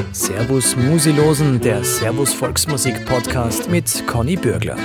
Servus Musilosen, der Servus Volksmusik Podcast mit Conny Bürgler.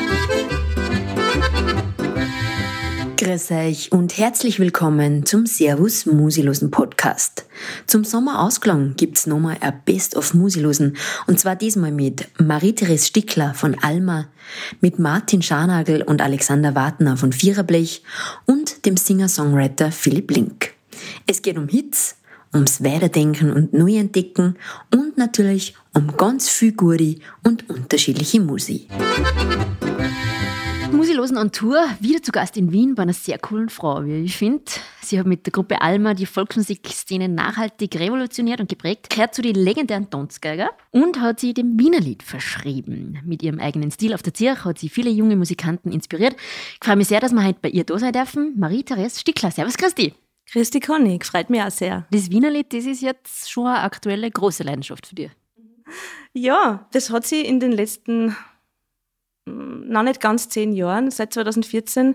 Grüß euch und herzlich willkommen zum Servus Musilosen Podcast. Zum Sommerausklang gibt's nochmal ein Best of Musilosen und zwar diesmal mit Marie-Therese Stickler von Alma, mit Martin Scharnagl und Alexander Wartner von Viererblech und dem Singer-Songwriter Philipp Link. Es geht um Hits, ums Weiterdenken und Neuentdecken und natürlich um ganz viel gute und unterschiedliche Musik. Musilosen on Tour, wieder zu Gast in Wien bei einer sehr coolen Frau, wie ich finde. Sie hat mit der Gruppe Alma die Volksmusikszene nachhaltig revolutioniert und geprägt, gehört zu den legendären Tanzgeiger und hat sie dem Wienerlied verschrieben. Mit ihrem eigenen Stil auf der Zirch hat sie viele junge Musikanten inspiriert. Ich freue mich sehr, dass wir heute bei ihr da sein dürfen. Marie-Therese Stickler, servus Christi. Christi Conny, freut mich auch sehr. Das Wienerlied, das ist jetzt schon eine aktuelle große Leidenschaft für dich. Ja, das hat sie in den letzten noch nicht ganz 10 Jahren, seit 2014,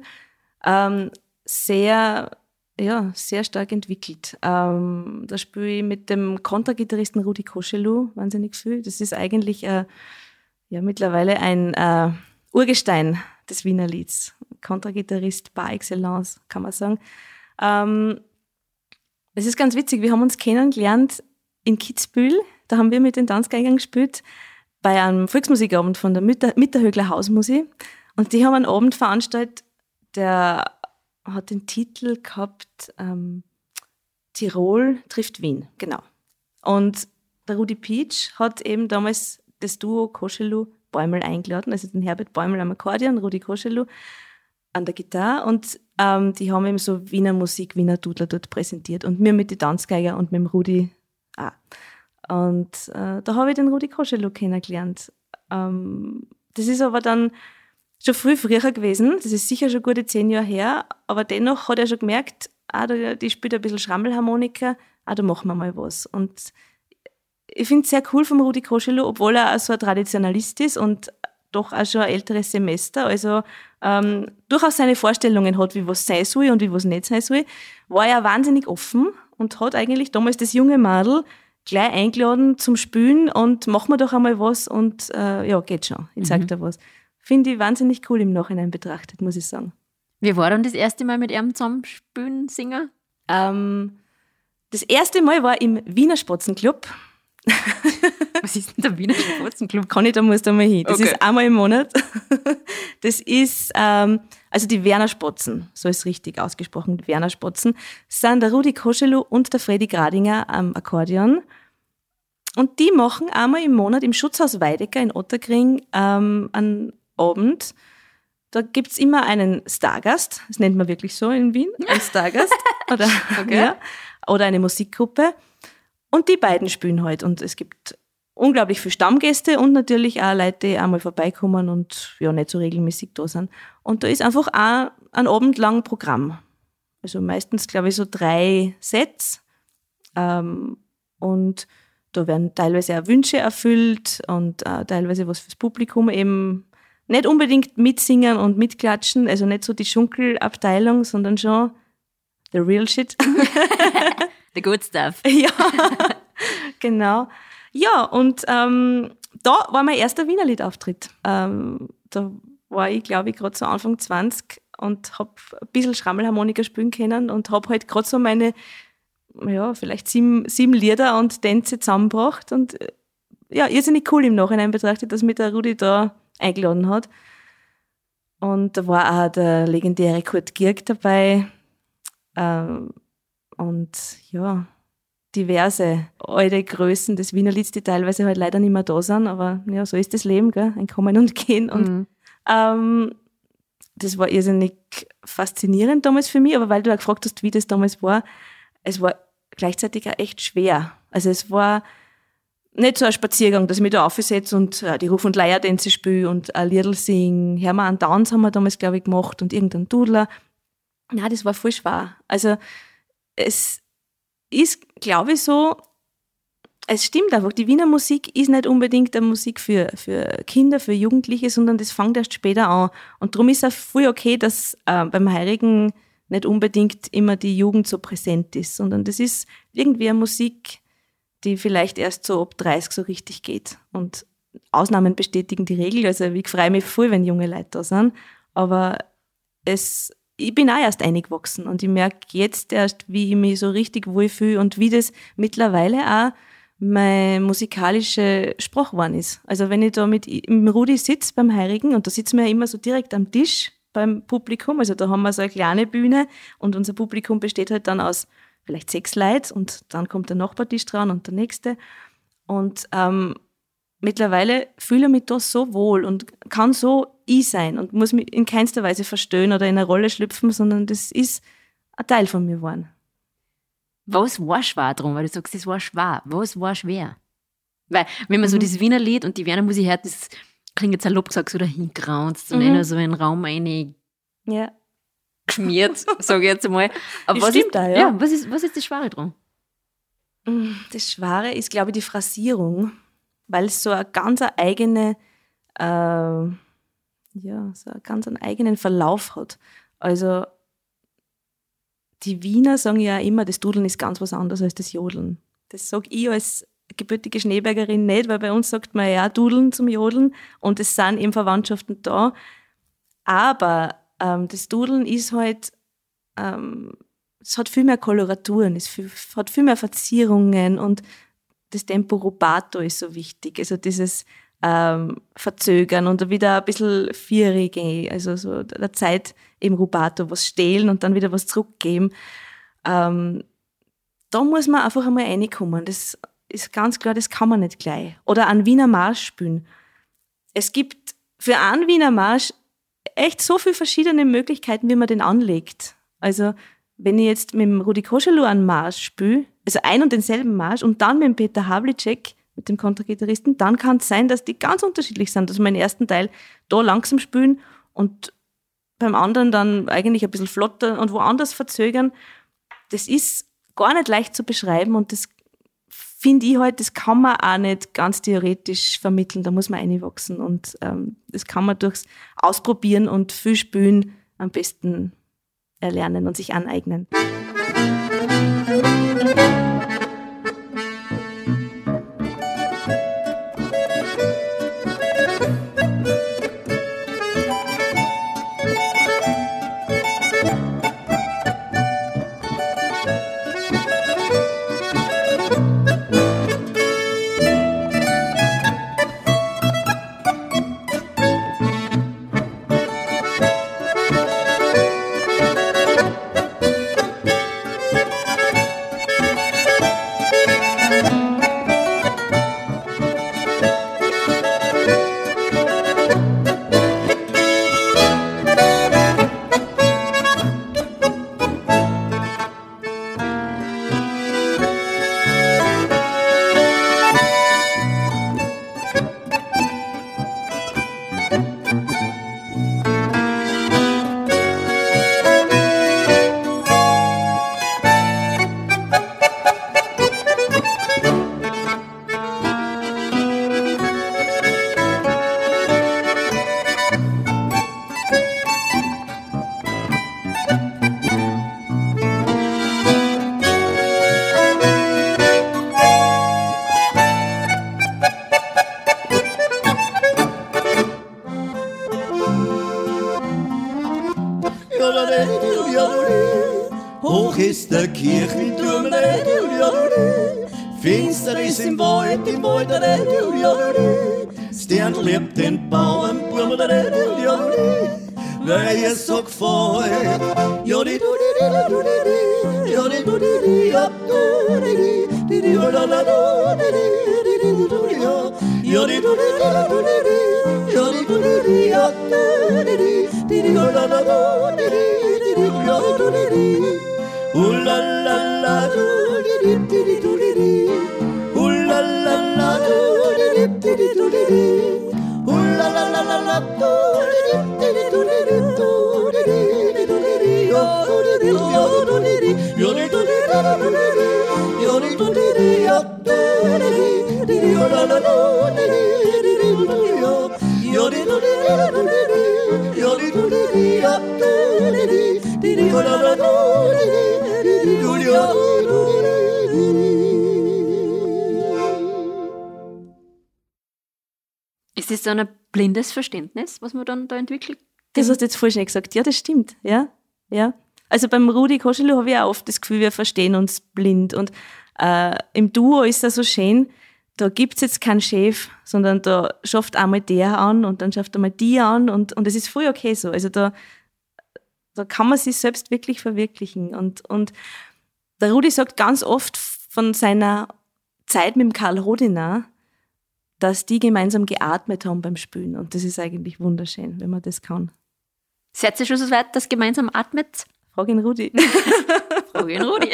sehr stark entwickelt. Da spiele ich mit dem Kontragitarristen Rudi Koschelu wahnsinnig viel. Das ist eigentlich mittlerweile ein Urgestein des Wienerlieds. Kontragitarrist par excellence, kann man sagen. Es ist ganz witzig, wir haben uns kennengelernt in Kitzbühel. Da haben wir mit den Tanzgeigern gespielt bei einem Volksmusikabend von der Mitterhögler Hausmusik. Und die haben einen Abend veranstaltet, der hat den Titel gehabt, Tirol trifft Wien, genau. Und der Rudi Pietsch hat eben damals das Duo Koschelu-Bäumel eingeladen, also den Herbert Bäumel am Akkordeon, Rudi Koschelu an der Gitarre. Und die haben eben so Wiener Musik, Wiener Dudler dort präsentiert. Und wir mit den Tanzgeiger und mit dem Rudi auch. Und da habe ich den Rudi Koschelu kennengelernt. Das ist aber dann schon früher gewesen. Das ist sicher schon gute 10 Jahre her. Aber dennoch hat er schon gemerkt, die spielt ein bisschen Schrammelharmonika, da machen wir mal was. Und ich finde es sehr cool vom Rudi Koschelu, obwohl er auch so ein Traditionalist ist und doch auch schon ein älteres Semester, also durchaus seine Vorstellungen hat, wie was sein soll und wie was nicht sein soll, war er wahnsinnig offen und hat eigentlich damals das junge Mädel gleich eingeladen zum Spielen und machen wir doch einmal was und geht schon, ich zeig dir was. Finde ich wahnsinnig cool im Nachhinein betrachtet, muss ich sagen. Wie war dann das erste Mal mit ihm zusammen spielen, singen? Das erste Mal war im Wiener Spatzenclub. Was ist denn der Wiener Spatzenclub? Kann ich, da musst du mal hin. Das ist einmal im Monat. Das ist, also die Werner Spatzen, so ist richtig ausgesprochen, die Werner Spatzen, sind der Rudi Koschelu und der Freddy Gradinger am Akkordeon. Und die machen einmal im Monat im Schutzhaus Weidecker in Otterkring einen Abend. Da gibt's immer einen Stargast, das nennt man wirklich so in Wien, ein Stargast oder eine Musikgruppe. Und die beiden spielen halt. Und es gibt unglaublich viele Stammgäste und natürlich auch Leute, die einmal vorbeikommen und nicht so regelmäßig da sind. Und da ist einfach auch ein Abend lang Programm. Also meistens, glaube ich, so 3 Sets. Und da werden teilweise auch Wünsche erfüllt und teilweise was fürs Publikum, eben nicht unbedingt mitsingen und mitklatschen, also nicht so die Schunkelabteilung, sondern schon the real shit. The good stuff. Ja, genau. Ja, und da war mein erster Wienerlied-Auftritt. Da war ich, glaube ich, gerade so Anfang 20 und habe ein bisschen Schrammelharmonika spielen können und habe halt gerade so meine, vielleicht 7 Lieder und Tänze zusammengebracht und irrsinnig cool im Nachhinein betrachtet, dass mich der Rudi da eingeladen hat. Und da war auch der legendäre Kurt Gierk dabei. Und diverse alte Größen des Wienerlieds, die teilweise halt leider nicht mehr da sind, aber so ist das Leben, gell? Ein Kommen und Gehen. Und das war irrsinnig faszinierend damals für mich, aber weil du auch gefragt hast, wie das damals war, es war gleichzeitig auch echt schwer. Also es war nicht so ein Spaziergang, dass ich mich da aufsetze und die Ruf- und Leiertänze spiele und ein Liedl sing. Hör mal, einen Tanz haben wir damals, glaube ich, gemacht und irgendeinen Dudler. Nein, das war voll schwer. Also es ist, glaube ich, so, es stimmt einfach, die Wiener Musik ist nicht unbedingt eine Musik für Kinder, für Jugendliche, sondern das fängt erst später an. Und darum ist es auch voll okay, dass beim Heurigen nicht unbedingt immer die Jugend so präsent ist, sondern das ist irgendwie eine Musik, die vielleicht erst so ab 30 so richtig geht. Und Ausnahmen bestätigen die Regel. Also ich freue mich voll, wenn junge Leute da sind. Aber ich bin auch erst eingewachsen und ich merke jetzt erst, wie ich mich so richtig wohlfühle und wie das mittlerweile auch meine musikalische Sprache geworden ist. Also wenn ich da mit Rudi sitze beim Heirigen, und da sitzen wir ja immer so direkt am Tisch beim Publikum, also da haben wir so eine kleine Bühne und unser Publikum besteht halt dann aus vielleicht 6 Leuten und dann kommt der Nachbartisch dran und der nächste. Und mittlerweile fühle ich mich da so wohl und kann so ich sein und muss mich in keinster Weise verstehen oder in eine Rolle schlüpfen, sondern das ist ein Teil von mir geworden. Was war schwer drum? Weil du sagst, das war schwer. Was war schwer? Weil, wenn man so das Wiener Lied und die Wiener Musik hört, das klingt jetzt salopp gesagt, so dahin graunzt und einer so in den Raum geschmiert, sage ich jetzt einmal. Aber was ist, was ist das Schwere drum? Das Schwere ist, glaube ich, die Phrasierung, weil es so eine ganz eigene, so einen ganz eigenen Verlauf hat. Also die Wiener sagen ja immer, das Dudeln ist ganz was anderes als das Jodeln. Das sage ich als gebürtige Schneebergerin nicht, weil bei uns sagt man ja Dudeln zum Jodeln und es sind eben Verwandtschaften da. Aber das Dudeln ist halt, es hat viel mehr Koloraturen, es hat viel mehr Verzierungen und das Tempo rubato ist so wichtig. Also dieses Verzögern und wieder ein bisschen vierig, also so der Zeit eben rubato, was stehlen und dann wieder was zurückgeben. Da muss man einfach einmal reinkommen. Das ist ganz klar, das kann man nicht gleich. Oder einen Wiener Marsch spielen. Es gibt für einen Wiener Marsch echt so viele verschiedene Möglichkeiten, wie man den anlegt. Also wenn ich jetzt mit dem Rudi Koschelu einen Marsch spiele, also ein und denselben Marsch und dann mit dem Peter Havlicek, mit dem Kontragitarristen, dann kann es sein, dass die ganz unterschiedlich sind. Dass wir den ersten Teil da langsam spielen und beim anderen dann eigentlich ein bisschen flotter und woanders verzögern. Das ist gar nicht leicht zu beschreiben und das finde ich halt, das kann man auch nicht ganz theoretisch vermitteln. Da muss man reinwachsen und das kann man durchs Ausprobieren und viel Spielen am besten erlernen und sich aneignen. Hoch ist der Kirchenturm, finster ist im Wald, Stern lebt den Bauernburm, weil ihr so gefällt. Ooh la la la do di di di do di di. Ooh la la la do di di di do di di. Ooh la la la la do di di do di di do di di do di di. Yo di di yo do di di. Yo di do di do di di. Yo di do di di yo do di di di yo la la do di di di do di yo. Yo di do di do di di. Yo di do di di yo do di di di yo la la do di di. Ist das dann ein blindes Verständnis, was man dann da entwickelt? Das hast du jetzt voll schnell gesagt. Ja, das stimmt. Ja. Also beim Rudi Koschelu habe ich auch oft das Gefühl, wir verstehen uns blind. Und im Duo ist das so schön, da gibt's jetzt keinen Chef, sondern da schafft einmal der an und dann schafft einmal die an und es ist voll okay so. Also da kann man sich selbst wirklich verwirklichen. Und der Rudi sagt ganz oft von seiner Zeit mit dem Karl Rodiner, dass die gemeinsam geatmet haben beim Spielen. Und das ist eigentlich wunderschön, wenn man das kann. Seid ihr schon so weit, dass gemeinsam atmet? Frag ihn Rudi. Frag ihn Rudi.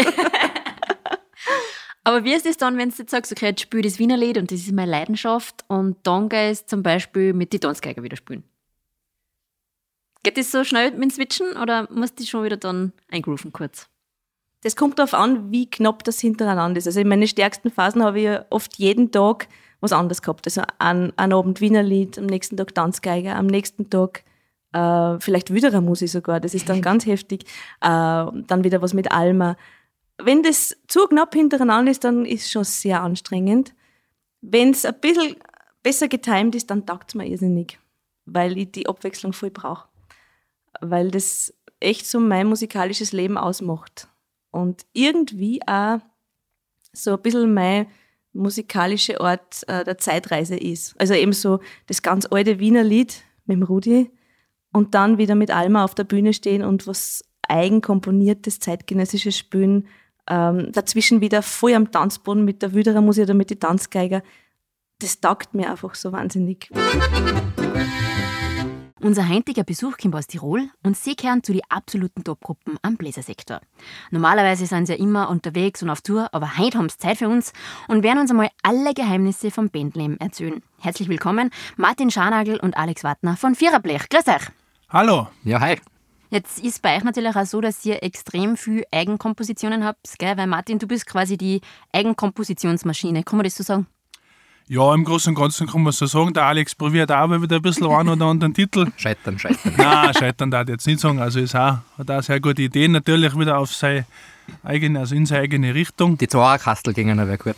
Aber wie ist es dann, wenn du jetzt sagst, okay, jetzt spiele ich das Wienerlied und das ist meine Leidenschaft und dann gehst du zum Beispiel mit die Tanzgeiger wieder spielen? Geht das so schnell mit dem Switchen oder musst du schon wieder dann eingrooven kurz? Das kommt darauf an, wie knapp das hintereinander ist. Also in meinen stärksten Phasen habe ich ja oft jeden Tag was anderes gehabt. Also einen Abend Wienerlied, am nächsten Tag Tanzgeiger, am nächsten Tag vielleicht Wüderer Musik sogar, das ist dann ganz heftig. Dann wieder was mit Alma. Wenn das zu knapp hintereinander ist, dann ist es schon sehr anstrengend. Wenn es ein bisschen besser getimt ist, dann taugt es mir irrsinnig, weil ich die Abwechslung voll brauche. Weil das echt so mein musikalisches Leben ausmacht. Und irgendwie auch so ein bisschen mein musikalischer Ort der Zeitreise ist. Also eben so das ganz alte Wiener Lied mit dem Rudi und dann wieder mit Alma auf der Bühne stehen und was eigenkomponiertes, zeitgenössisches spielen. Dazwischen wieder voll am Tanzboden mit der Wüderer Musik oder mit den Tanzgeiger. Das taugt mir einfach so wahnsinnig. Unser heutiger Besuch kommt aus Tirol und sie gehören zu den absoluten Top-Gruppen am Bläsersektor. Normalerweise sind sie ja immer unterwegs und auf Tour, aber heute haben sie Zeit für uns und werden uns einmal alle Geheimnisse vom Bandleben erzählen. Herzlich willkommen, Martin Scharnagl und Alex Wartner von Viererblech. Grüß euch! Hallo! Ja, hi! Jetzt ist bei euch natürlich auch so, dass ihr extrem viel Eigenkompositionen habt, gell? Weil Martin, du bist quasi die Eigenkompositionsmaschine. Kann man das so sagen? Ja, im Großen und Ganzen kann man so sagen. Der Alex probiert auch mal wieder ein bisschen einen oder anderen Titel. Scheitern. Nein, scheitern darf ich jetzt nicht sagen. Also hat auch sehr gute Ideen. Natürlich wieder auf seine eigene, also in seine eigene Richtung. Die Zauberkastel gingen wäre gut.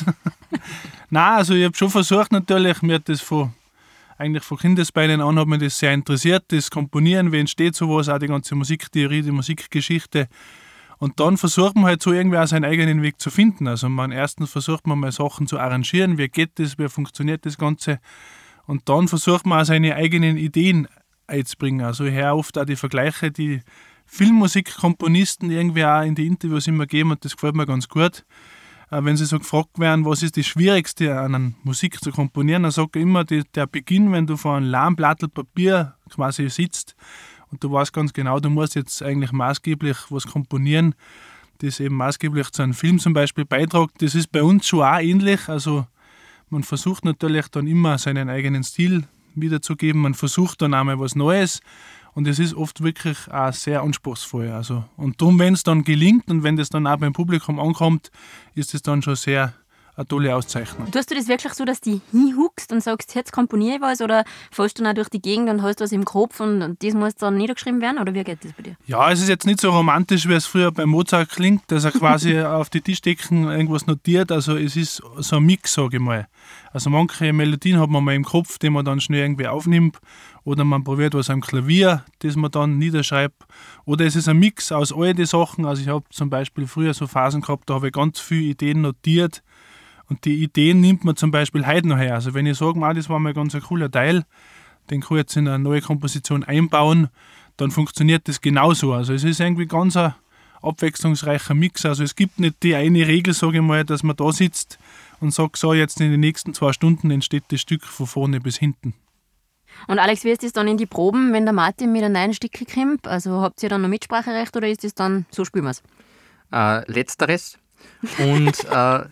Nein, also ich habe schon versucht natürlich, mir hat das von Kindesbeinen an hat mich das sehr interessiert, das Komponieren, wie entsteht sowas, auch die ganze Musiktheorie, die Musikgeschichte. Und dann versucht man halt so irgendwie auch seinen eigenen Weg zu finden. Also erstens versucht man mal Sachen zu arrangieren, wie geht das, wie funktioniert das Ganze. Und dann versucht man auch seine eigenen Ideen einzubringen. Also ich höre oft auch die Vergleiche, die Filmmusikkomponisten irgendwie auch in die Interviews immer geben und das gefällt mir ganz gut. Wenn sie so gefragt werden, was ist das Schwierigste an einer Musik zu komponieren, dann sage ich immer, der Beginn, wenn du vor einem leeren Blatt Papier quasi sitzt und du weißt ganz genau, du musst jetzt eigentlich maßgeblich was komponieren, das eben maßgeblich zu einem Film zum Beispiel beiträgt. Das ist bei uns schon auch ähnlich. Also man versucht natürlich dann immer seinen eigenen Stil wiederzugeben, man versucht dann einmal was Neues. Und es ist oft wirklich auch sehr anspruchsvoll. Also, und darum, wenn es dann gelingt und wenn das dann auch beim Publikum ankommt, ist es dann schon sehr eine tolle Auszeichnung. Tust du das wirklich so, dass du hinhuckst und sagst, jetzt komponiere ich was, oder fährst du dann auch durch die Gegend und hast was im Kopf und das muss dann niedergeschrieben werden, oder wie geht das bei dir? Ja, es ist jetzt nicht so romantisch, wie es früher bei Mozart klingt, dass er quasi auf die Tischdecken irgendwas notiert. Also es ist so ein Mix, sage ich mal. Also manche Melodien hat man mal im Kopf, die man dann schnell irgendwie aufnimmt, oder man probiert was am Klavier, das man dann niederschreibt. Oder es ist ein Mix aus all den Sachen. Also ich habe zum Beispiel früher so Phasen gehabt, da habe ich ganz viele Ideen notiert. Und die Ideen nimmt man zum Beispiel heute noch her. Also wenn ich sage, das war mal ganz ein cooler Teil, den kann ich jetzt in eine neue Komposition einbauen, dann funktioniert das genauso. Also es ist irgendwie ganz ein abwechslungsreicher Mix. Also es gibt nicht die eine Regel, sage ich mal, dass man da sitzt und sagt, so jetzt in den nächsten 2 Stunden entsteht das Stück von vorne bis hinten. Und Alex, wie ist das dann in die Proben, wenn der Martin mit einem neuen Stück kommt? Also habt ihr dann noch Mitspracherecht oder ist das dann, so spielen wir es? Letzteres. Und,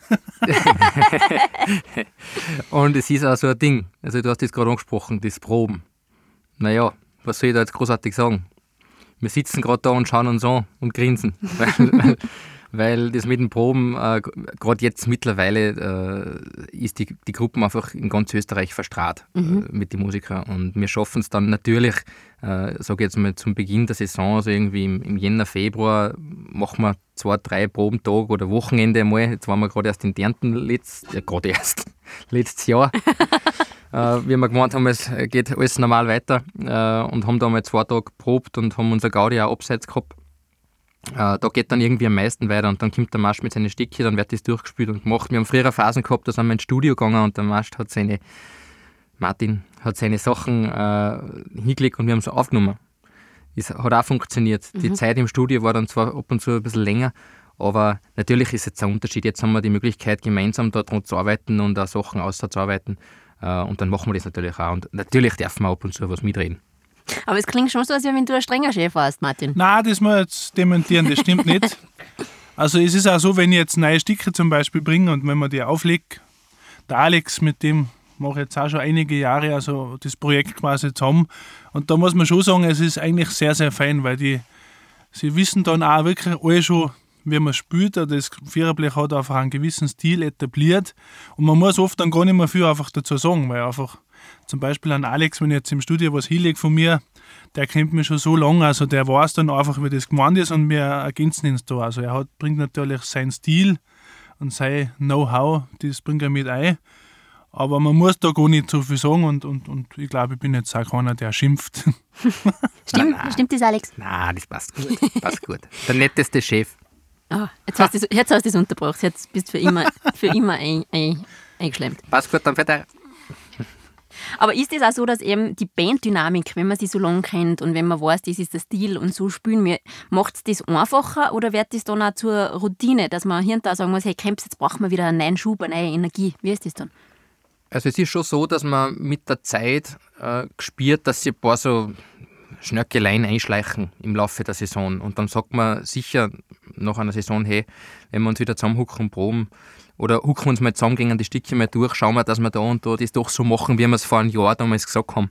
und es ist auch so ein Ding, also du hast das gerade angesprochen, das Proben. Naja, was soll ich da jetzt großartig sagen? Wir sitzen gerade da und schauen uns an und grinsen, weil das mit den Proben, gerade jetzt mittlerweile ist die Gruppen einfach in ganz Österreich verstrahlt mit den Musikern und wir schaffen es dann natürlich, sage ich jetzt mal zum Beginn der Saison, also irgendwie im Jänner, Februar, machen wir 2-3 Probentage oder Wochenende einmal. Jetzt waren wir gerade erst in Dernten letztes Jahr. wie wir gemeint haben, es geht alles normal weiter und haben da mal 2 Tage geprobt und haben unser Gaudi auch abseits gehabt. Da geht dann irgendwie am meisten weiter und dann kommt der Marsch mit seinen Stückchen, dann wird das durchgespielt und gemacht. Wir haben früher Phasen gehabt, da sind wir ins Studio gegangen und der Martin hat seine Sachen hingelegt und wir haben es aufgenommen. Das hat auch funktioniert. Die Zeit im Studio war dann zwar ab und zu ein bisschen länger, aber natürlich ist jetzt ein Unterschied. Jetzt haben wir die Möglichkeit, gemeinsam daran zu arbeiten und auch Sachen auszuarbeiten. Und dann machen wir das natürlich auch. Und natürlich dürfen wir ab und zu was mitreden. Aber es klingt schon so, als wenn du ein strenger Chef warst, Martin. Nein, das muss ich jetzt dementieren, das stimmt nicht. Also es ist auch so, wenn ich jetzt neue Stücke zum Beispiel bringe und wenn man die auflegt, der Alex, mit dem mache ich jetzt auch schon einige Jahre, also das Projekt quasi zusammen. Und da muss man schon sagen, es ist eigentlich sehr, sehr fein, weil sie wissen dann auch wirklich alle schon, wie man spielt. Das Viererblech hat einfach einen gewissen Stil etabliert und man muss oft dann gar nicht mehr viel einfach dazu sagen, weil einfach zum Beispiel an Alex, wenn ich jetzt im Studio was hinlege von mir, der kennt mich schon so lange, also der weiß dann einfach, wie das gemeint ist und wir ergänzen ihn da. Also er bringt natürlich seinen Stil und sein Know-how, das bringt er mit ein. Aber man muss da gar nicht so viel sagen und ich glaube, ich bin jetzt auch keiner, der schimpft. Stimmt das, Alex? Nein, das passt gut. Passt gut. Der netteste Chef. Oh, jetzt hast du das unterbracht. Jetzt bist du für immer eingeschlemmt. Passt gut, dann fährt er. Aber ist es auch so, dass eben die Banddynamik, wenn man sie so lange kennt und wenn man weiß, das ist der Stil und so spielen wir, macht es das einfacher oder wird das dann auch zur Routine, dass man hier und da sagen muss, hey Kremps, jetzt brauchen wir wieder einen neuen Schub, eine neue Energie. Wie ist das dann? Also es ist schon so, dass man mit der Zeit spürt, dass sich ein paar so Schnörkeleien einschleichen im Laufe der Saison. Und dann sagt man sicher nach einer Saison, hey, wenn wir uns wieder zusammenhucken und proben oder hucken wir uns mal zusammen, gehen die Stückchen mal durch, schauen wir, dass wir da und da das doch so machen, wie wir es vor einem Jahr damals gesagt haben.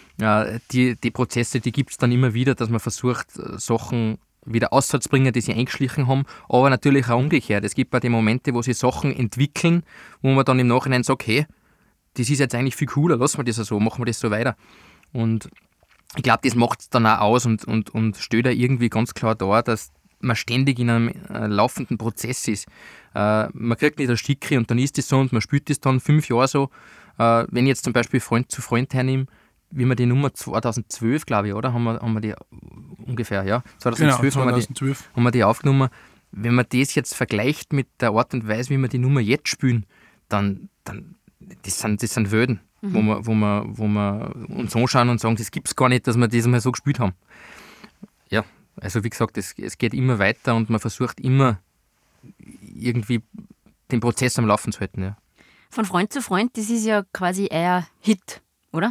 Die Prozesse, die gibt es dann immer wieder, dass man versucht, Sachen wieder auszubringen, die sie eingeschlichen haben, aber natürlich auch umgekehrt. Es gibt auch die Momente, wo sie Sachen entwickeln, wo man dann im Nachhinein sagt, hey, das ist jetzt eigentlich viel cooler, lassen wir das so, machen wir das so weiter. Und ich glaube, das macht es dann auch aus und stellt da irgendwie ganz klar dar, dass man ständig in einem laufenden Prozess ist. Man kriegt nicht ein Stückchen und dann ist das so und man spielt das dann 5 Jahre so. Wenn ich jetzt zum Beispiel Freund zu Freund hernehme, wie wir die Nummer 2012, glaube ich, oder? Haben wir die ungefähr, ja? 2012, genau, 2012. Haben wir die aufgenommen. Wenn man das jetzt vergleicht mit der Art und Weise, wie wir die Nummer jetzt spielen, dann das sind Welten, wo wir uns anschauen und sagen, das gibt es gar nicht, dass wir das mal so gespielt haben. Ja, also wie gesagt, es geht immer weiter und man versucht immer irgendwie den Prozess am Laufen zu halten. Ja. Von Freund zu Freund, das ist ja quasi eher Hit, oder?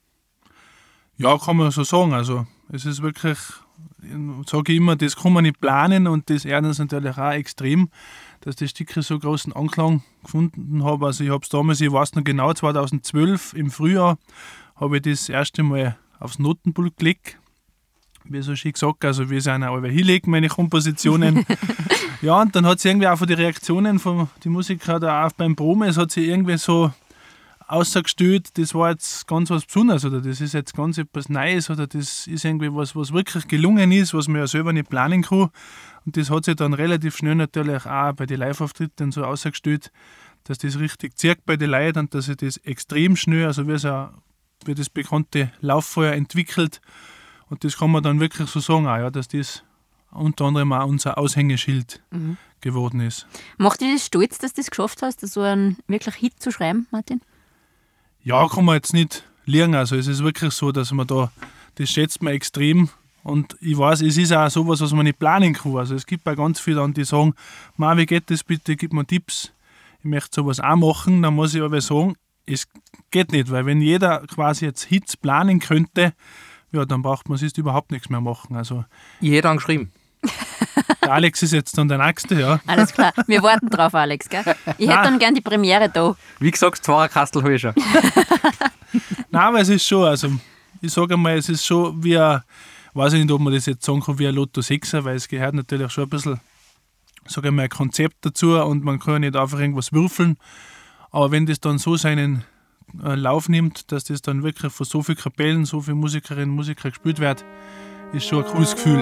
Ja, kann man so sagen. Also es ist wirklich, sage ich immer, das kann man nicht planen und das ärgert uns natürlich auch extrem, dass die Stücke so großen Anklang gefunden haben. Also ich habe es damals, ich weiß noch genau, 2012 im Frühjahr habe ich das erste Mal aufs Notenpult gelegt. Wie so schön gesagt, also wir sind auch hinlegen, meine Kompositionen. Ja, und dann hat es irgendwie auch von den Reaktionen von den Musikern da auch beim Proben, es hat sich irgendwie so ausgestellt, das war jetzt ganz was Besonderes oder das ist jetzt ganz etwas Neues oder das ist irgendwie was wirklich gelungen ist, was man ja selber nicht planen kann. Und das hat sich dann relativ schnell natürlich auch bei den Live-Auftritten so ausgestellt, dass das richtig zirkt bei den Leuten und dass sich das extrem schnell, also wie das bekannte Lauffeuer entwickelt. Und das kann man dann wirklich so sagen, auch, ja, dass das unter anderem auch unser Aushängeschild geworden ist. Macht dich das stolz, dass du das geschafft hast, so einen wirklich Hit zu schreiben, Martin? Ja, kann man jetzt nicht liegen. Also es ist wirklich so, dass man da, das schätzt man extrem. Und ich weiß, es ist auch sowas, was man nicht planen kann. Also es gibt auch ganz viele, die sagen, wie geht das bitte, gib mir Tipps. Ich möchte sowas auch machen. Dann muss ich aber sagen, es geht nicht, weil wenn jeder quasi jetzt Hits planen könnte, ja, dann braucht man sonst überhaupt nichts mehr machen. Also, ich hätte angeschrieben. Der Alex ist jetzt dann der Nächste, ja. Alles klar, wir warten drauf, Alex. Gell? Ich hätte dann gern die Premiere da. Wie gesagt, 2 Kastel habe ich schon. Nein, aber es ist schon, also ich sage einmal, es ist schon wie ein, weiß ich nicht, ob man das jetzt sagen kann, wie ein Lotto 6er, weil es gehört natürlich schon ein bisschen, sage ich mal, ein Konzept dazu und man kann ja nicht einfach irgendwas würfeln. Aber wenn das dann so seinen Lauf nimmt, dass das dann wirklich von so vielen Kapellen, so vielen Musikerinnen und Musikern gespielt wird, ist schon ein cooles Gefühl.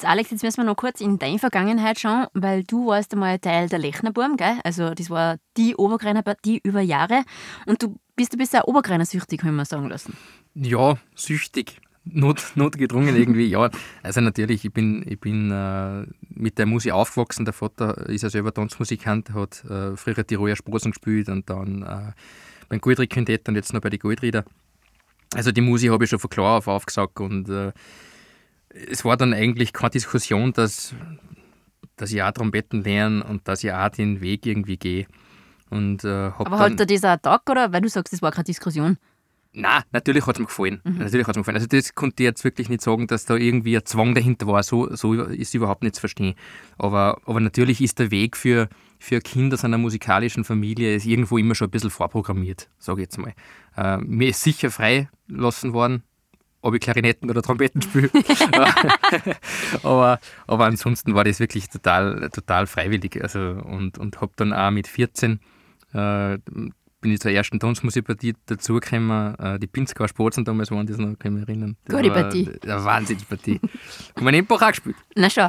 Alex, jetzt müssen wir noch kurz in deine Vergangenheit schauen, weil du warst einmal Teil der Lechnerbuben, gell? Also das war die Obergreiner Partie über Jahre und du bist ein bisschen Obergreiner süchtig, kann ich mal sagen lassen. Ja, süchtig. Notgedrungen irgendwie, ja. Also natürlich, ich bin mit der Musik aufgewachsen. Der Vater ist ja selber Tanzmusikant, hat früher Tiroler Sprossen gespielt und dann beim Goldried Quintett und jetzt noch bei den Goldrieder. Also die Musik habe ich schon von klar auf aufgesagt und es war dann eigentlich keine Diskussion, dass ich auch Trompeten lerne und dass ich auch den Weg irgendwie gehe. Und, aber hat dir das auch Tag oder? Weil du sagst, das war keine Diskussion. Nein, natürlich hat es mir gefallen. Also das konnte ich jetzt wirklich nicht sagen, dass da irgendwie ein Zwang dahinter war. So ist es überhaupt nicht zu verstehen. Aber natürlich ist der Weg für Kinder aus einer musikalischen Familie ist irgendwo immer schon ein bisschen vorprogrammiert, sage ich jetzt mal. Mir ist sicher freigelassen worden, ob ich Klarinetten oder Trompeten spiele. aber ansonsten war das wirklich total freiwillig. Also, und habe dann auch mit 14 bin ich zur ersten Tanzmusikpartie dazugekommen. Die Pinzgauer Spatzen damals waren das noch, kann ich mich erinnern. Gute Partie. Eine Wahnsinnspartie. Haben wir in Empach auch gespielt. Na schon.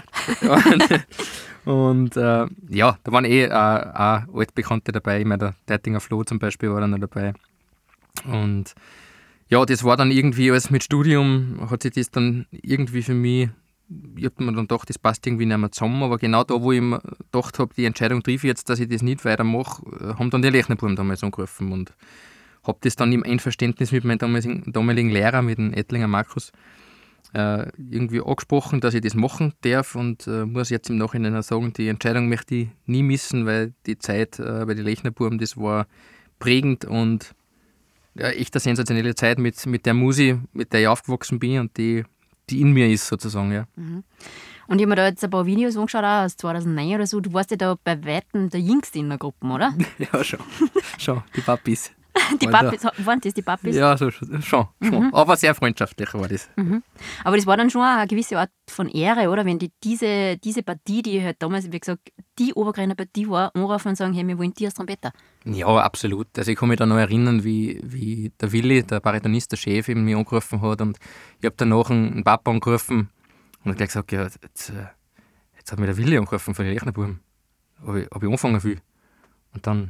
Und ja, da waren auch Altbekannte dabei. Ich meine, der Teitinger Flo zum Beispiel war dann noch dabei. Und ja, das war dann irgendwie alles mit Studium, hat sich das dann irgendwie für mich, ich habe mir dann gedacht, das passt irgendwie nicht mehr zusammen, aber genau da, wo ich mir gedacht habe, die Entscheidung treffe ich jetzt, dass ich das nicht weitermache, haben dann die Lechnerbuben damals angerufen und habe das dann im Einverständnis mit meinem damaligen Lehrer, mit dem Ettlinger Markus, irgendwie angesprochen, dass ich das machen darf und muss jetzt im Nachhinein auch sagen, die Entscheidung möchte ich nie missen, weil die Zeit bei den Lechnerbuben, das war prägend und ja, echt eine sensationelle Zeit mit der Musik, mit der ich aufgewachsen bin und die in mir ist, sozusagen. Ja. Mhm. Und ich habe mir da jetzt ein paar Videos angeschaut, auch aus 2009 oder so. Du warst ja da bei Weitem der Jüngste in der Gruppe, oder? Ja, schon. Die Papis. Waren das die Papis? Ja, schon. Aber sehr freundschaftlich war das. Mhm. Aber das war dann schon eine gewisse Art von Ehre, oder? Wenn die diese Partie, die halt damals, wie gesagt, die Obergreiner Partie war, anrufen und sagen, hey, wir wollen dich als Trompeter. Ja, absolut. Also ich kann mich da noch erinnern, wie der Willi, der Baritonist, der Chef, mich angerufen hat und ich habe danach einen Papa angerufen und gleich gesagt, ja, jetzt hat mich der Willi angerufen von den Lechnerbuben, ob ich anfangen will. Und dann,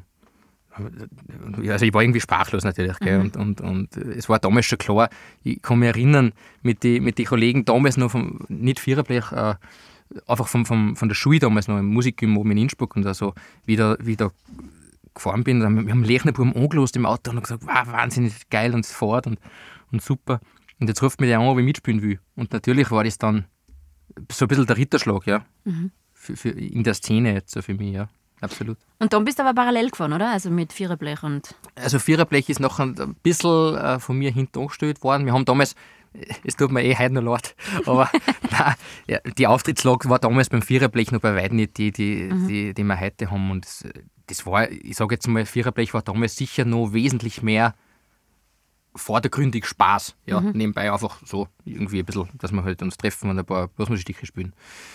ja, also ich war irgendwie sprachlos natürlich. Gell? Und es war damals schon klar, ich kann mich erinnern, mit den Kollegen damals noch nicht Viererblech, einfach von der Schule damals noch im Musikgym oben in Innsbruck und so, wie da gefahren bin. Wir haben Lechnerbuben angelost im Auto und gesagt, wow, wahnsinnig geil und fort und super. Und jetzt ruft mich der an, ob ich mitspielen will. Und natürlich war das dann so ein bisschen der Ritterschlag, ja. Mhm. Für in der Szene jetzt so für mich, ja. Absolut. Und dann bist du aber parallel gefahren, oder? Also mit Viererblech und... Also Viererblech ist nachher ein bisschen von mir hinten angestellt worden. Wir haben damals, es tut mir heute noch leid, aber nein, ja, die Auftrittslage war damals beim Viererblech noch bei weitem nicht die wir heute haben. Und das war, ich sage jetzt mal, Viererblech war damals sicher noch wesentlich mehr vordergründig Spaß. Ja, nebenbei einfach so irgendwie ein bisschen, dass wir halt uns treffen und ein paar Blasmusikstücke spielen.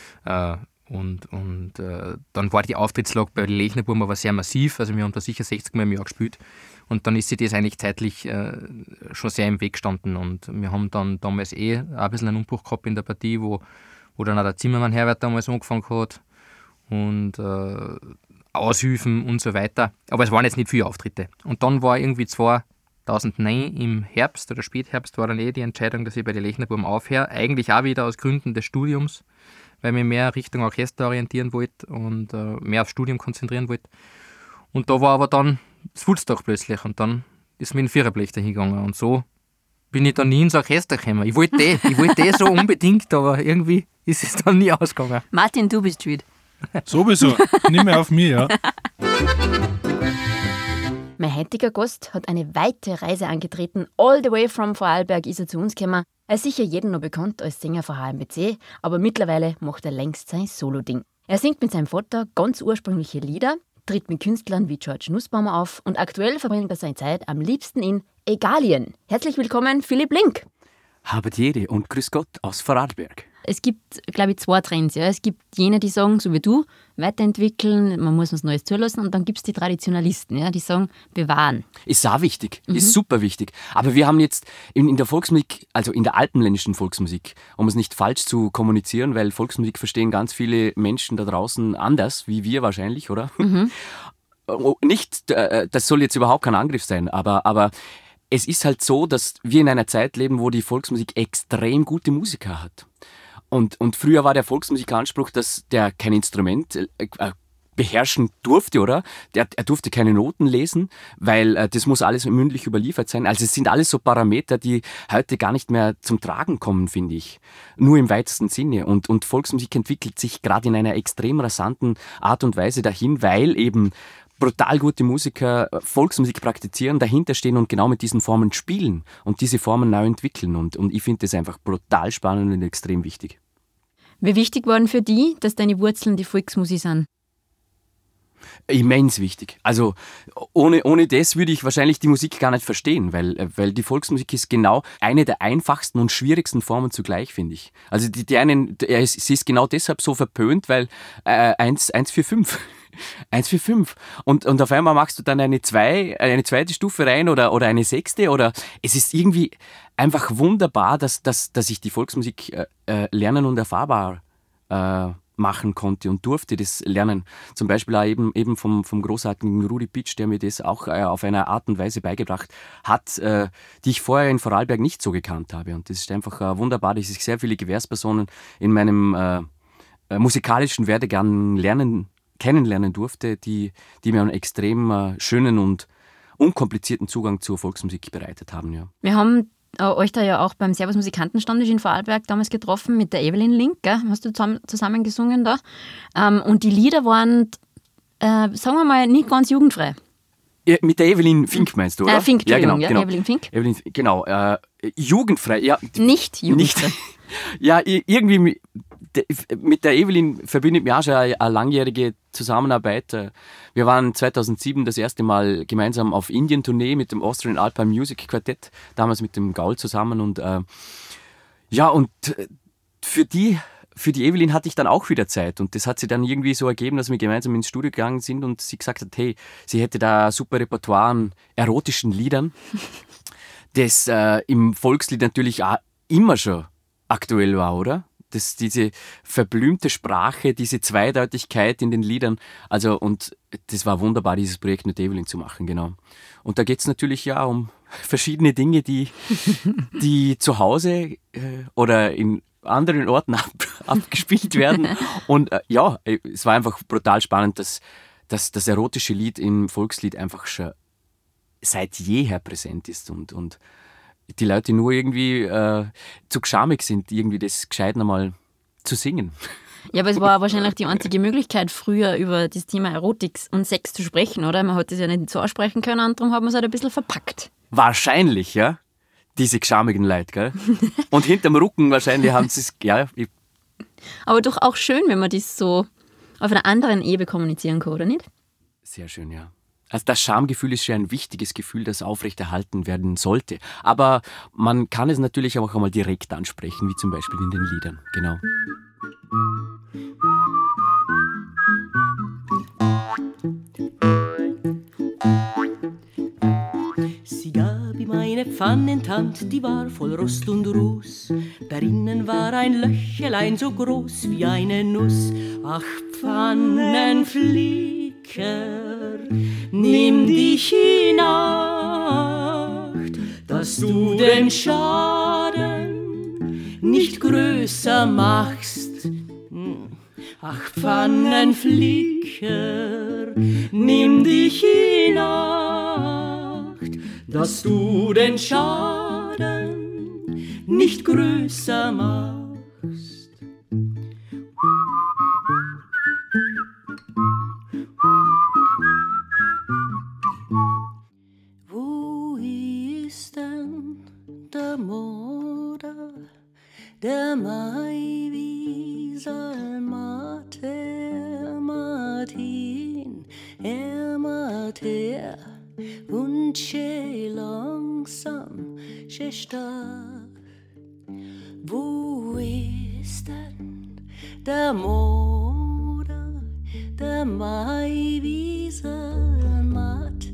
Und dann war die Auftrittslage bei den Lechnerbuben aber sehr massiv, also wir haben da sicher 60 Mal im Jahr gespielt und dann ist sich das eigentlich zeitlich schon sehr im Weg gestanden und wir haben dann damals auch ein bisschen einen Umbruch gehabt in der Partie, wo dann auch der Zimmermann Herbert damals angefangen hat und Aushilfen und so weiter, aber es waren jetzt nicht viele Auftritte. Und dann war irgendwie 2009 im Herbst oder Spätherbst war dann die Entscheidung, dass ich bei den Lechnerbuben aufhöre, eigentlich auch wieder aus Gründen des Studiums, weil ich mich mehr Richtung Orchester orientieren wollte und mehr aufs Studium konzentrieren wollte. Und da war aber dann das Woodstock plötzlich und dann ist mir ein Viererblech dahin gegangen und so bin ich dann nie ins Orchester gekommen. Ich wollte so unbedingt, aber irgendwie ist es dann nie ausgegangen. Martin, du bist schuld. Sowieso, nicht mehr auf mich, ja. Mein heutiger Gast hat eine weite Reise angetreten. All the way from Vorarlberg ist er zu uns gekommen. Er ist sicher jedem noch bekannt als Sänger von HMBC, aber mittlerweile macht er längst sein Solo-Ding. Er singt mit seinem Vater ganz ursprüngliche Lieder, tritt mit Künstlern wie George Nussbaumer auf und aktuell verbringt er seine Zeit am liebsten in Egalien. Herzlich willkommen, Philipp Link. Habe die Ehre und grüß Gott aus Vorarlberg. Es gibt, glaube ich, 2 Trends. Ja. Es gibt jene, die sagen, so wie du, weiterentwickeln, man muss was Neues zulassen. Und dann gibt es die Traditionalisten, ja, die sagen, bewahren. Ist auch wichtig, ist super wichtig. Aber wir haben jetzt in der Volksmusik, also in der alpenländischen Volksmusik, um es nicht falsch zu kommunizieren, weil Volksmusik verstehen ganz viele Menschen da draußen anders, wie wir wahrscheinlich, oder? Nicht, das soll jetzt überhaupt kein Angriff sein, aber es ist halt so, dass wir in einer Zeit leben, wo die Volksmusik extrem gute Musiker hat. Und früher war der Volksmusikanspruch, dass der kein Instrument beherrschen durfte, oder? Er durfte keine Noten lesen, weil das muss alles mündlich überliefert sein. Also es sind alles so Parameter, die heute gar nicht mehr zum Tragen kommen, finde ich. Nur im weitesten Sinne. Und Volksmusik entwickelt sich gerade in einer extrem rasanten Art und Weise dahin, weil eben brutal gute Musiker Volksmusik praktizieren, dahinter stehen und genau mit diesen Formen spielen und diese Formen neu entwickeln. Und ich finde das einfach brutal spannend und extrem wichtig. Wie wichtig waren für dich, dass deine Wurzeln die Volksmusik sind? Immens wichtig. Also ohne das würde ich wahrscheinlich die Musik gar nicht verstehen, weil die Volksmusik ist genau eine der einfachsten und schwierigsten Formen zugleich, finde ich. Also sie ist genau deshalb so verpönt, weil 1-4-5. 1-4-5. Und auf einmal machst du dann eine zweite Stufe rein oder eine sechste. Oder es ist irgendwie einfach wunderbar, dass ich die Volksmusik lernen und erfahrbar machen konnte und durfte das lernen. Zum Beispiel auch eben vom großartigen Rudi Pitsch, der mir das auch auf eine Art und Weise beigebracht hat, die ich vorher in Vorarlberg nicht so gekannt habe. Und das ist einfach wunderbar, dass ich sehr viele Gewährspersonen in meinem musikalischen Werdegang kennenlernen durfte, die mir einen extrem schönen und unkomplizierten Zugang zur Volksmusik bereitet haben. Ja. Wir haben euch da ja auch beim Servus Musikantenstammtisch in Vorarlberg damals getroffen mit der Evelyn Link, gell? Hast du zusammen gesungen da? Und die Lieder waren, sagen wir mal, nicht ganz jugendfrei. Ja, mit der Evelyn Fink meinst du, oder? Fink, ja, genau. Evelyn Fink. Evelyn, genau, jugendfrei. Ja, nicht jugendfrei. Nicht, ja, irgendwie mit der Evelyn verbindet mir auch schon eine langjährige Zusammenarbeit. Wir waren 2007 das erste Mal gemeinsam auf Indien-Tournee mit dem Austrian Alpine Music Quartett, damals mit dem Gaul zusammen. Und für die Evelyn hatte ich dann auch wieder Zeit. Und das hat sich dann irgendwie so ergeben, dass wir gemeinsam ins Studio gegangen sind und sie gesagt hat, hey, sie hätte da ein super Repertoire an erotischen Liedern, das im Volkslied natürlich auch immer schon aktuell war, oder? Diese verblümte Sprache, diese Zweideutigkeit in den Liedern. Also, und das war wunderbar, dieses Projekt mit Evelyn zu machen, genau. Und da geht es natürlich ja um verschiedene Dinge, die zu Hause oder in anderen Orten abgespielt werden. Und es war einfach brutal spannend, dass das erotische Lied im Volkslied einfach schon seit jeher präsent ist und die Leute nur irgendwie zu geschamig sind, irgendwie das gescheit einmal zu singen. Ja, aber es war wahrscheinlich die einzige Möglichkeit, früher über das Thema Erotik und Sex zu sprechen, oder? Man hat das ja nicht so aussprechen können, und darum hat man es halt ein bisschen verpackt. Wahrscheinlich, ja. Diese geschamigen Leute, gell? Und hinterm Rücken wahrscheinlich haben sie es, ja. Aber doch auch schön, wenn man das so auf einer anderen Ebene kommunizieren kann, oder nicht? Sehr schön, ja. Also das Schamgefühl ist ja ein wichtiges Gefühl, das aufrechterhalten werden sollte. Aber man kann es natürlich auch einmal direkt ansprechen, wie zum Beispiel in den Liedern. Genau. Sie gab ihm eine Pfannentant, die war voll Rost und Ruß. Darinnen war ein Löchelein so groß wie eine Nuss. Ach, Pfannenflicker, nimm dich in Acht, dass du den Schaden nicht größer machst. Ach, Pfannenflicker, nimm dich in Acht, dass du den Schaden nicht größer machst. Wo ist denn der Moder, der Maiwiesel Martin, Mater und schä langsam, schä stark. Wo ist Westen, der Moder, der Maiwiese, Mat,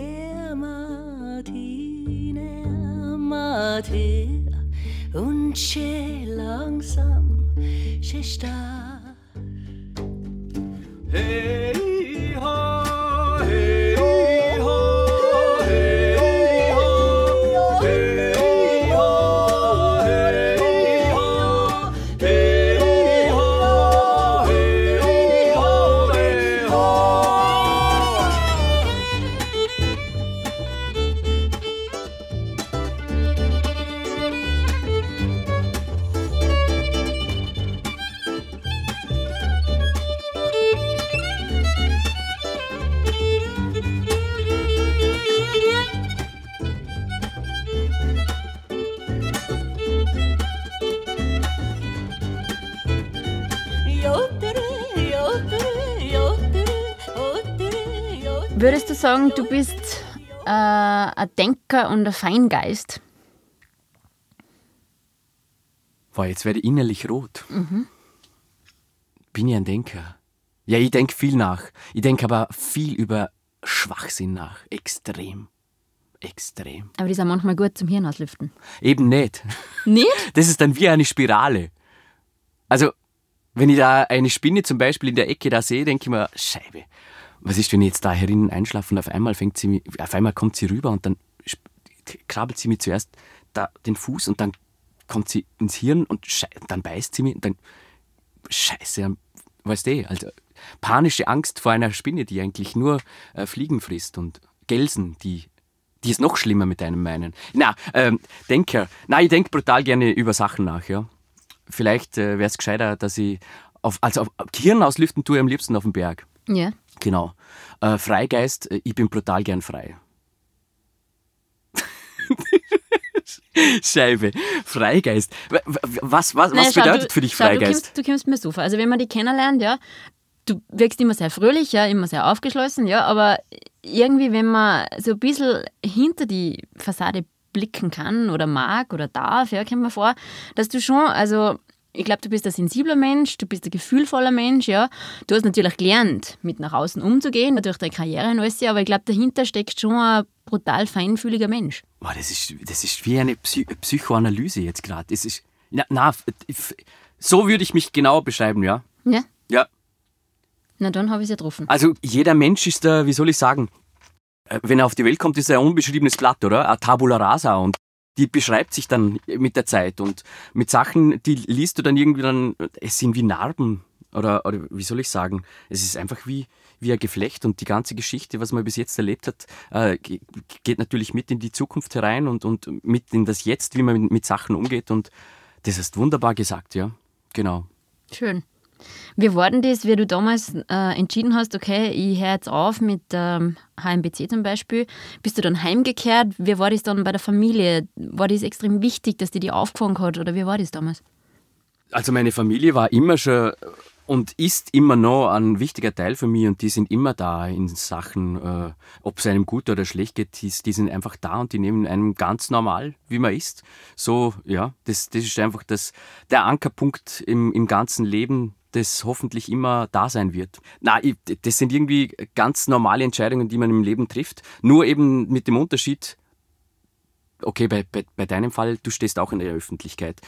Martine, Mate, und schä langsam, schä stark. Hey, ho, hey, ho, hey, ho, hey, ho, hey, ho, hey, ho, hey, ho, hey, ho. Würdest du sagen, du bist ein Denker und ein Feingeist? Boah, jetzt werde ich innerlich rot. Bin ich ein Denker? Ja, ich denke viel nach. Ich denke aber viel über Schwachsinn nach. Extrem. Extrem. Aber das ist auch manchmal gut zum Hirn auslüften. Eben nicht. Nicht? Das ist dann wie eine Spirale. Also, wenn ich da eine Spinne zum Beispiel in der Ecke da sehe, denke ich mir, Scheibe. Was ist, wenn ich jetzt da herinnen einschlafe und auf einmal kommt sie rüber und dann krabbelt sie mir zuerst da den Fuß und dann kommt sie ins Hirn und dann beißt sie mich und dann Scheiße, weißt du, also panische Angst vor einer Spinne, die eigentlich nur Fliegen frisst und Gelsen, die es noch schlimmer mit einem meinen. Denker. Ich denke brutal gerne über Sachen nach, ja. Vielleicht wäre es gescheiter, dass ich Hirn auslüften tue am liebsten auf dem Berg. Ja. Genau. Freigeist, ich bin brutal gern frei. Scheibe. Freigeist. Was bedeutet für dich Freigeist? Du kommst mir so vor. Also wenn man die kennenlernt, ja, du wirkst immer sehr fröhlich, ja, immer sehr aufgeschlossen, ja, aber irgendwie, wenn man so ein bisschen hinter die Fassade blicken kann oder mag oder darf, ja, kommt mir vor, dass du schon, also ich glaube, du bist ein sensibler Mensch, du bist ein gefühlvoller Mensch, ja. Du hast natürlich gelernt, mit nach außen umzugehen, durch deine Karriere und alles, aber ich glaube, dahinter steckt schon ein brutal feinfühliger Mensch. Boah, das ist wie eine Psychoanalyse jetzt gerade. So würde ich mich genau beschreiben, ja. Ja? Ja. Na, dann habe ich es ja getroffen. Also jeder Mensch ist da, wie soll ich sagen, wenn er auf die Welt kommt, ist er ein unbeschriebenes Blatt, oder? Ein Tabula rasa, und die beschreibt sich dann mit der Zeit und mit Sachen, die liest du dann irgendwie dann, es sind wie Narben oder wie soll ich sagen, es ist einfach wie ein Geflecht und die ganze Geschichte, was man bis jetzt erlebt hat, geht natürlich mit in die Zukunft herein und mit in das Jetzt, wie man mit Sachen umgeht, und das hast du wunderbar gesagt, ja, genau. Schön. Wie war denn das, wie du damals entschieden hast, okay, ich höre jetzt auf mit HMBC zum Beispiel, bist du dann heimgekehrt? Wie war das dann bei der Familie? War das extrem wichtig, dass die aufgefangen hat, oder wie war das damals? Also meine Familie war immer schon und ist immer noch ein wichtiger Teil für mich, und die sind immer da in Sachen, ob es einem gut oder schlecht geht, die sind einfach da und die nehmen einem ganz normal, wie man ist. So, ja, das ist einfach der Ankerpunkt im ganzen Leben, das hoffentlich immer da sein wird. Das sind irgendwie ganz normale Entscheidungen, die man im Leben trifft. Nur eben mit dem Unterschied, okay, bei deinem Fall, du stehst auch in der Öffentlichkeit.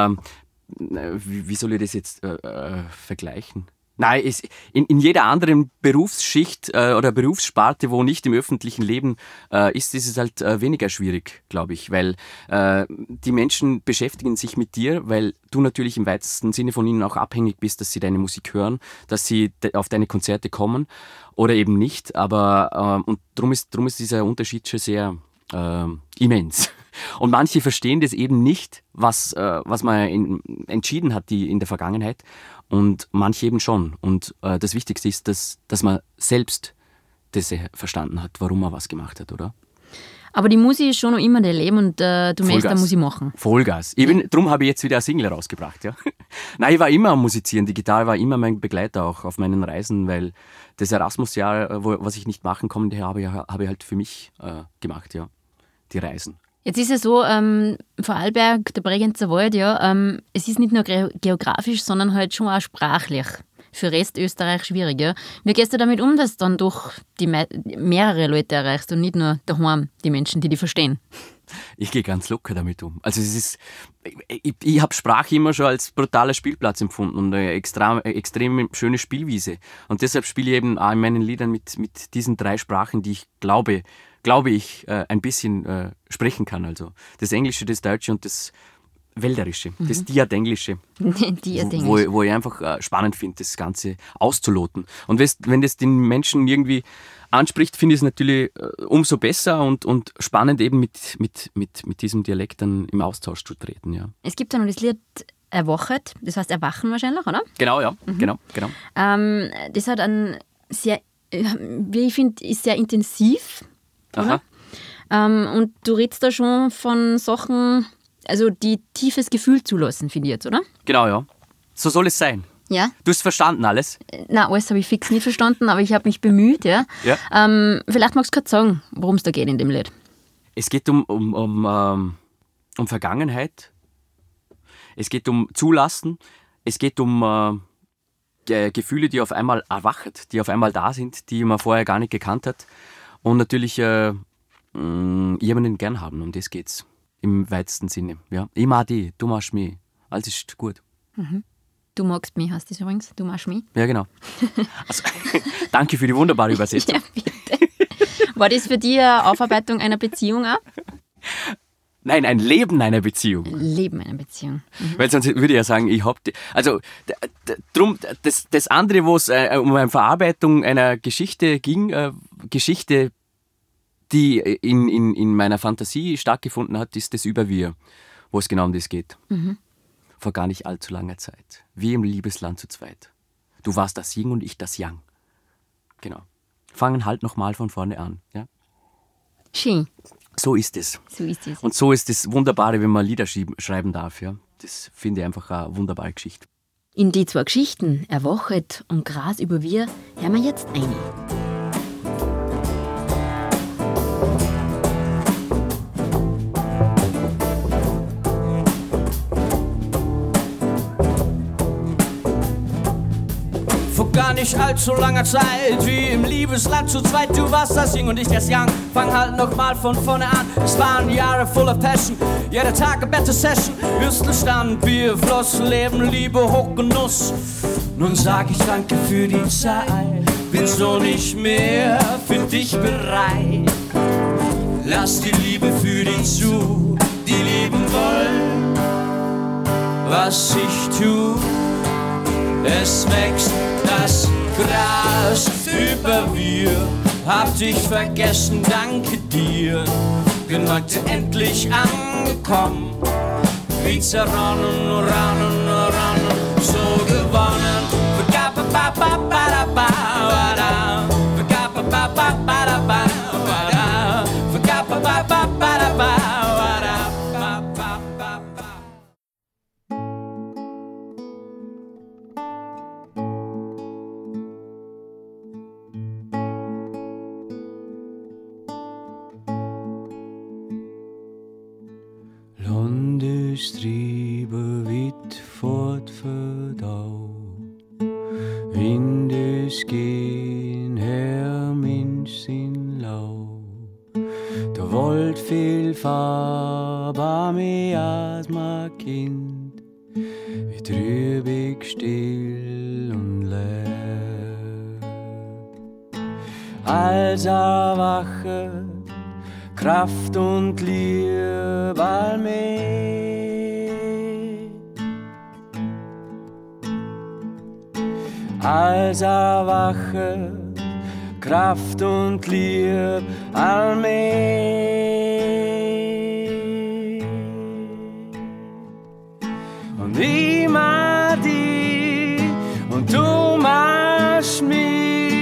Wie soll ich das jetzt vergleichen? Nein, in jeder anderen Berufsschicht oder Berufssparte, wo nicht im öffentlichen Leben ist es halt weniger schwierig, glaube ich, weil die Menschen beschäftigen sich mit dir, weil du natürlich im weitesten Sinne von ihnen auch abhängig bist, dass sie deine Musik hören, dass sie auf deine Konzerte kommen oder eben nicht, aber und drum ist dieser Unterschied schon sehr immens. Und manche verstehen das eben nicht, was man entschieden hat in der Vergangenheit, und manche eben schon. Und das Wichtigste ist, dass man selbst das verstanden hat, warum man was gemacht hat, oder? Aber die Musik ist schon noch immer dein Leben, und du möchtest da Musik machen. Vollgas. Darum habe ich jetzt wieder eine Single rausgebracht. Ja. Nein, ich war immer am Musizieren. Die Gitarre war immer mein Begleiter auch auf meinen Reisen, weil das Erasmus-Jahr, was ich nicht machen konnte, habe ich halt für mich gemacht, ja. Die Reisen. Jetzt ist es so, Vorarlberg, der Bregenzer Wald, ja, es ist nicht nur geografisch, sondern halt schon auch sprachlich. Für Restösterreich schwierig, ja. Wie gehst du damit um, dass du dann doch mehrere Leute erreichst und nicht nur daheim die Menschen, die verstehen? Ich gehe ganz locker damit um. Also ich habe Sprache immer schon als brutaler Spielplatz empfunden und eine extrem schöne Spielwiese. Und deshalb spiele ich eben auch in meinen Liedern mit diesen 3 Sprachen, die ich glaube ich, ein bisschen sprechen kann. Also das Englische, das Deutsche und das Wälderische, das Diadenglische. Wo ich einfach spannend finde, das Ganze auszuloten. Und wenn das den Menschen irgendwie anspricht, finde ich es natürlich umso besser und spannend eben mit diesem Dialekt dann im Austausch zu treten. Ja. Es gibt ja noch das Lied Erwachet, das heißt Erwachen wahrscheinlich, oder? Genau, ja. Genau. Das hat einen sehr, wie ich finde, ist sehr intensiv. Oder? Und du redest da schon von Sachen, also die tiefes Gefühl zulassen, finde ich jetzt, oder? Genau, ja. So soll es sein. Ja. Du hast verstanden alles? Nein, alles habe ich fix nicht verstanden, aber ich habe mich bemüht. Ja. Vielleicht magst du kurz sagen, worum es da geht in dem Lied. Es geht um Vergangenheit. Es geht um Zulassen. Es geht um Gefühle, die auf einmal erwachen, die auf einmal da sind, die man vorher gar nicht gekannt hat. Und natürlich jemanden gern haben, um das geht's. Im weitesten Sinne. Ja. Ich mag dich, du machst mich. Alles ist gut. Mhm. Du magst mich, heißt das übrigens. Du machst mich. Ja, genau. Also, danke für die wunderbare Übersetzung. Ja, bitte. War das für dich eine Aufarbeitung einer Beziehung auch? Nein, ein Leben einer Beziehung. Leben einer Beziehung. Mhm. Weil sonst würde ich ja sagen, ich habe... Also, drum, das andere, wo es um eine Verarbeitung einer Geschichte ging, Geschichte, die in meiner Fantasie stattgefunden hat, ist das Überwieher, wo es genau um das geht. Mhm. Vor gar nicht allzu langer Zeit. Wie im Liebesland zu zweit. Du warst das Yin und ich das Yang. Genau. Fangen halt nochmal von vorne an. Ja? Schön. So ist es. So ist es. Und so ist das Wunderbare, wenn man Lieder schreiben darf. Ja? Das finde ich einfach eine wunderbare Geschichte. In die 2 Geschichten, Erwachet und Gras über wir, hören wir jetzt eine. Gar nicht allzu langer Zeit, wie im Liebesland zu zweit. Du warst das Yin und ich das Yang. Fang halt nochmal von vorne an. Es waren Jahre voller Passion, jeder Tag eine bette Session. Würstel stand, Bier floss, Leben, Liebe, Hochgenuss. Nun sag ich danke für die Zeit, bin so nicht mehr für dich bereit. Lass die Liebe für die zu, die lieben wollen, was ich tu. Es wächst das Gras über mir, hab dich vergessen, danke dir. Bin heute endlich angekommen, wie zerronnen, rannen, so gewonnen. Landestriebe weit fortverdau, Windes gehen her, Mensch sind lau. Der Wald viel Farbe mehr als mein Kind, wie trübig, still und leer. Als erwache Kraft und Liebe allmählich. Als erwache Kraft und Liebe allmählich. Und ich mag dich und du magst mich.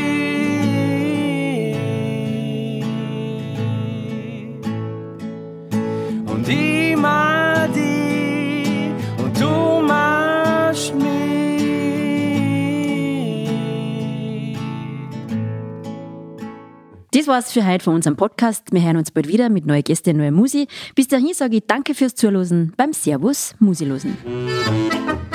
Und ich mag dich und du magst mich. Das Das war's für heute von unserem Podcast. Wir hören uns bald wieder mit neuen Gästen, neuen Musi. Bis dahin sage ich danke fürs Zuhören beim Servus Musilosen.